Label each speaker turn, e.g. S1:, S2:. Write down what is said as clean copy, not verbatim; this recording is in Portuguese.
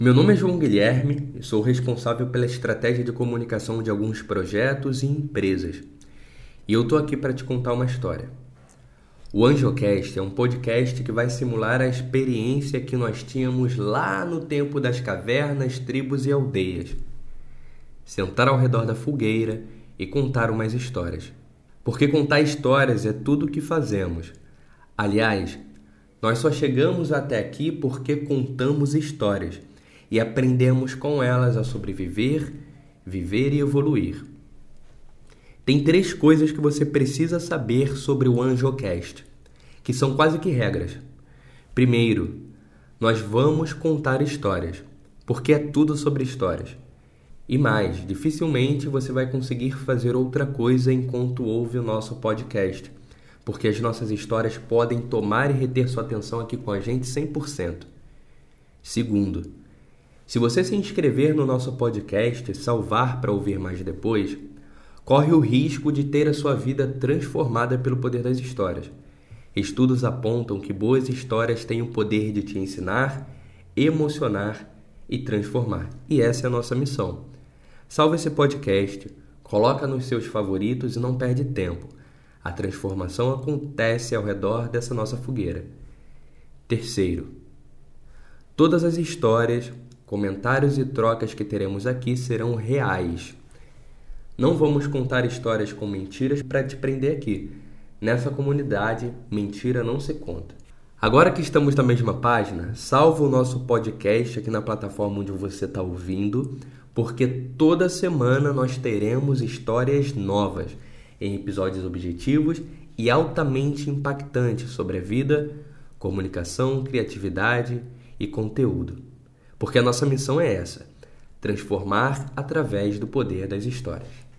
S1: Meu nome é João Guilherme e sou responsável pela estratégia de comunicação de alguns projetos e empresas. E eu tô aqui para te contar uma história. O AnjoCast é um podcast que vai simular a experiência que nós tínhamos lá no tempo das cavernas, tribos e aldeias. Sentar ao redor da fogueira e contar umas histórias. Porque contar histórias é tudo o que fazemos. Aliás, nós só chegamos até aqui porque contamos histórias e aprendemos com elas a sobreviver, viver e evoluir. Tem 3 coisas que você precisa saber sobre o AnjoCast, que são quase que regras. Primeiro, nós vamos contar histórias, porque é tudo sobre histórias. E mais, dificilmente você vai conseguir fazer outra coisa enquanto ouve o nosso podcast, porque as nossas histórias podem tomar e reter sua atenção aqui com a gente 100%. Segundo, se você se inscrever no nosso podcast e salvar para ouvir mais depois, corre o risco de ter a sua vida transformada pelo poder das histórias. Estudos apontam que boas histórias têm o poder de te ensinar, emocionar e transformar. E essa é a nossa missão. Salva esse podcast, coloca nos seus favoritos e não perde tempo. A transformação acontece ao redor dessa nossa fogueira. Terceiro, todas as histórias, comentários e trocas que teremos aqui serão reais. Não vamos contar histórias com mentiras para te prender aqui. Nessa comunidade, mentira não se conta. Agora que estamos na mesma página, salva o nosso podcast aqui na plataforma onde você está ouvindo, porque toda semana nós teremos histórias novas, em episódios objetivos e altamente impactantes sobre a vida, comunicação, criatividade e conteúdo. Porque a nossa missão é essa: transformar através do poder das histórias.